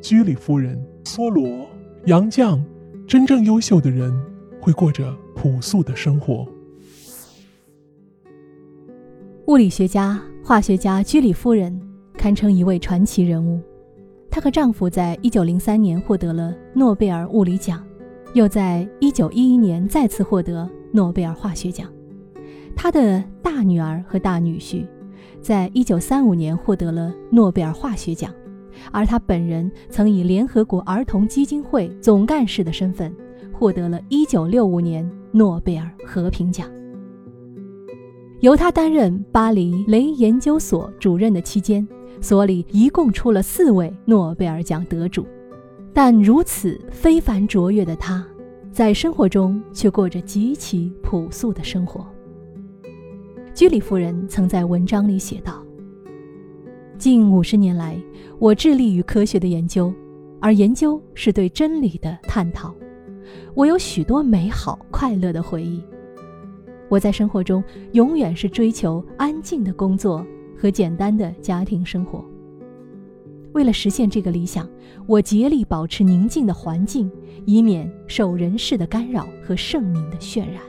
居里夫人、梭罗、杨绛，真正优秀的人会过着朴素的生活。 物理学家、化学家居里夫人堪称一位传奇人物。她和丈夫在1903年获得了诺贝尔物理奖，又在1911年再次获得诺贝尔化学奖。她的大女儿和大女婿在1935年获得了诺贝尔化学奖，而她本人曾以联合国儿童基金会总干事的身份获得了1965年诺贝尔和平奖。由她担任巴黎雷研究所主任的期间，所里一共出了4位诺贝尔奖得主。但如此非凡卓越的她，在生活中却过着极其朴素的生活。居里夫人曾在文章里写道：近50年来，我致力于科学的研究，而研究是对真理的探讨。我有许多美好快乐的回忆。我在生活中永远是追求安静的工作和简单的家庭生活。为了实现这个理想，我竭力保持宁静的环境，以免受人事的干扰和盛名的渲染。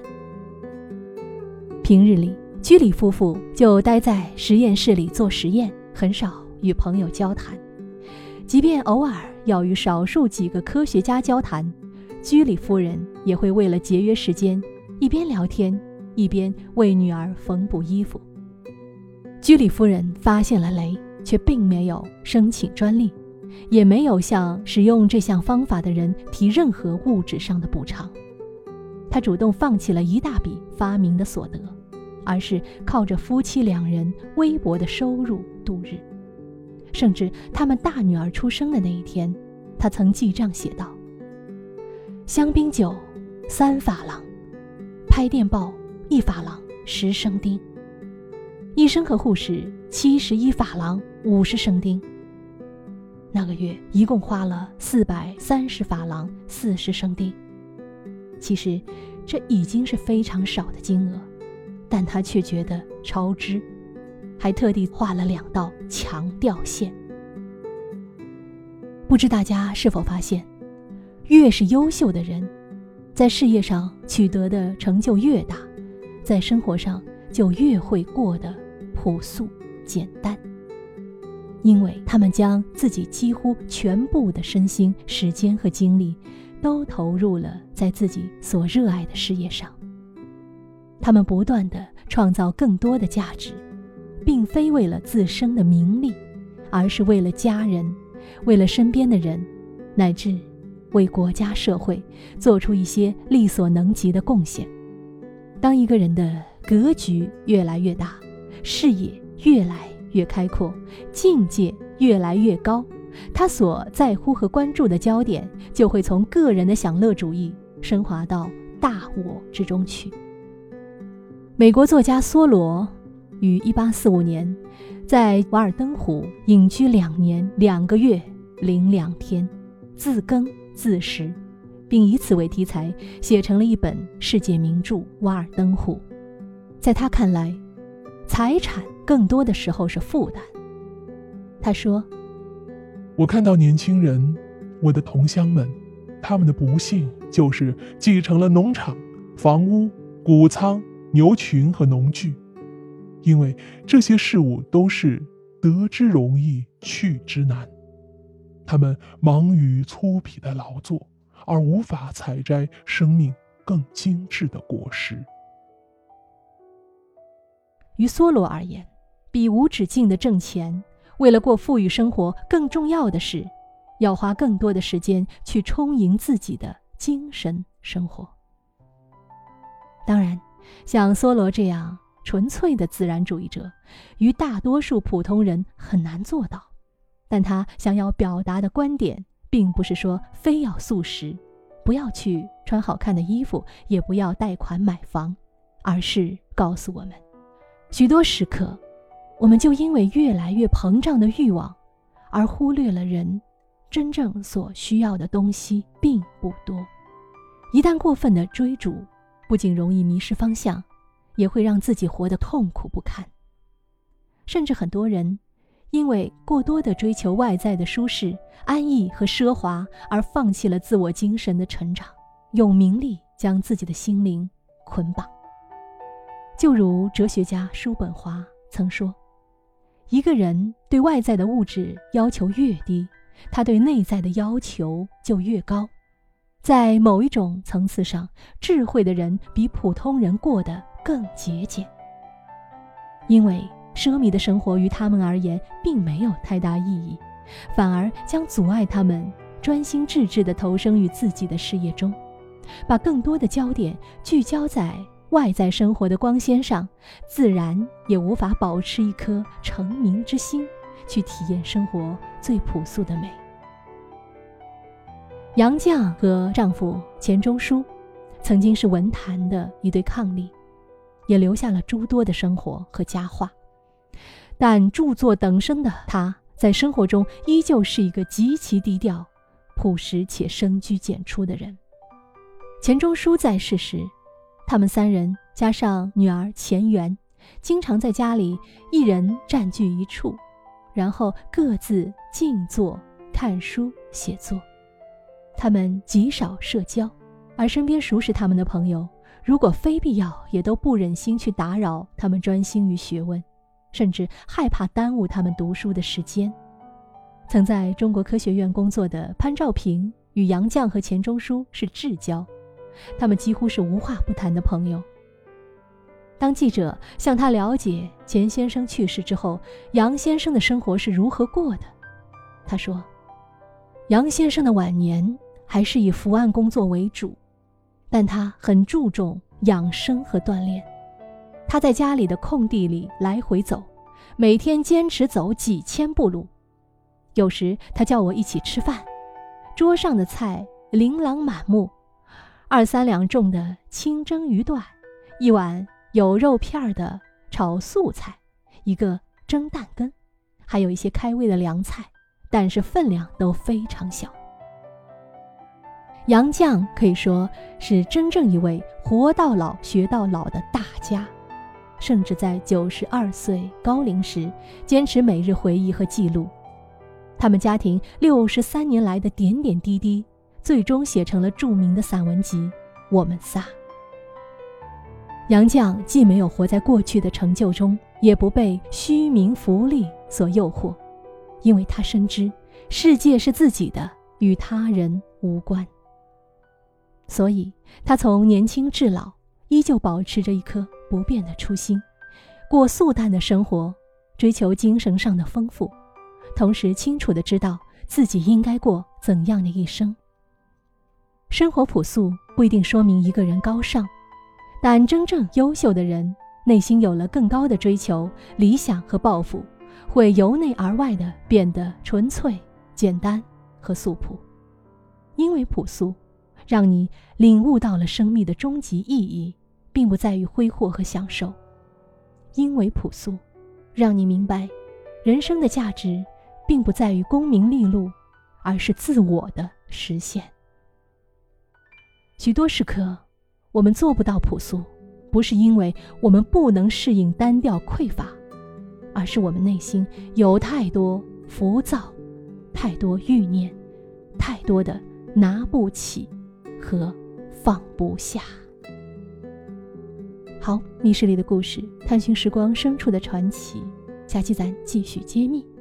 平日里，居里夫妇就待在实验室里做实验，很少与朋友交谈。即便偶尔要与少数几个科学家交谈，居里夫人也会为了节约时间，一边聊天，一边为女儿缝补衣服。居里夫人发现了雷，却并没有申请专利，也没有向使用这项方法的人提任何物质上的补偿。她主动放弃了一大笔发明的所得，而是靠着夫妻2人微薄的收入度日。甚至他们大女儿出生的那一天，她曾记账写道：香槟酒3法郎，拍电报1法郎10生丁，医生和护士71法郎50生丁。那个月一共花了430法郎40生丁。其实这已经是非常少的金额，但他却觉得超支，还特地画了2道强调线。不知大家是否发现，越是优秀的人，在事业上取得的成就越大，在生活上就越会过得朴素简单，因为他们将自己几乎全部的身心、时间和精力都投入了在自己所热爱的事业上。他们不断地创造更多的价值，并非为了自身的名利，而是为了家人，为了身边的人，乃至为国家社会做出一些力所能及的贡献。当一个人的格局越来越大，视野越来越开阔，境界越来越高，他所在乎和关注的焦点就会从个人的享乐主义升华到大我之中去。美国作家梭罗于1845年在瓦尔登湖隐居2年2个月零2天，自耕自食，并以此为题材写成了一本世界名著《瓦尔登湖》。在他看来，财产更多的时候是负担。他说： 我看到年轻人，我的同乡们，他们的不幸就是继承了农场、房屋、谷仓、牛群和农具，因为这些事物都是得之容易去之难。他们忙于粗鄙的劳作，而无法采摘生命更精致的果实。 于梭罗而言，比无止境的挣钱，为了过富裕生活，更重要的是要花更多的时间去充盈自己的精神生活。当然，像梭罗这样纯粹的自然主义者，于大多数普通人很难做到。但他想要表达的观点，并不是说非要素食，不要去穿好看的衣服，也不要贷款买房，而是告诉我们，许多时刻，我们就因为越来越膨胀的欲望，而忽略了人真正所需要的东西并不多。一旦过分的追逐，不仅容易迷失方向，也会让自己活得痛苦不堪。甚至很多人因为过多的追求外在的舒适、安逸和奢华，而放弃了自我精神的成长，用名利将自己的心灵捆绑。就如哲学家叔本华曾说，一个人对外在的物质要求越低，他对内在的要求就越高。在某一种层次上，智慧的人比普通人过得更节俭，因为奢靡的生活于他们而言并没有太大意义，反而将阻碍他们专心致志地投身于自己的事业中，把更多的焦点聚焦在外在生活的光鲜上，自然也无法保持一颗成名之心，去体验生活最朴素的美。杨绛和丈夫钱钟书曾经是文坛的一对伉俪，也留下了诸多的生活和佳话。但著作等身的他，在生活中依旧是一个极其低调、朴实且深居简出的人。钱钟书在世时，他们三人加上女儿钱媛，经常在家里一人占据一处，然后各自静坐、看书、写作。他们极少社交，而身边熟识他们的朋友，如果非必要，也都不忍心去打扰他们专心于学问，甚至害怕耽误他们读书的时间。曾在中国科学院工作的潘兆平与杨绛和钱钟书是至交，他们几乎是无话不谈的朋友。当记者向他了解钱先生去世之后，杨先生的生活是如何过的，他说，杨先生的晚年还是以伏案工作为主，但他很注重养生和锻炼。他在家里的空地里来回走，每天坚持走几千步路。有时他叫我一起吃饭，桌上的菜琳琅满目，2、3两重的清蒸鱼段，一碗有肉片的炒素菜，一个蒸蛋羹，还有一些开胃的凉菜，但是分量都非常小。杨绛可以说是真正一位活到老学到老的大家，甚至在92岁高龄时坚持每日回忆和记录。他们家庭63年来的点点滴滴，最终写成了著名的散文集《我们仨》。杨绛既没有活在过去的成就中，也不被虚名浮利所诱惑，因为他深知世界是自己的，与他人无关。所以他从年轻至老依旧保持着一颗不变的初心，过素淡的生活，追求精神上的丰富，同时清楚地知道自己应该过怎样的一生。生活朴素不一定说明一个人高尚，但真正优秀的人内心有了更高的追求、理想和抱负，会由内而外地变得纯粹、简单和素朴。因为朴素，让你领悟到了生命的终极意义，并不在于挥霍和享受。因为朴素，让你明白人生的价值并不在于功名利禄，而是自我的实现。许多时刻我们做不到朴素，不是因为我们不能适应单调匮乏，而是我们内心有太多浮躁，太多欲念，太多的拿不起和放不下。好，密室里的故事，探寻时光深处的传奇，下期咱继续揭秘。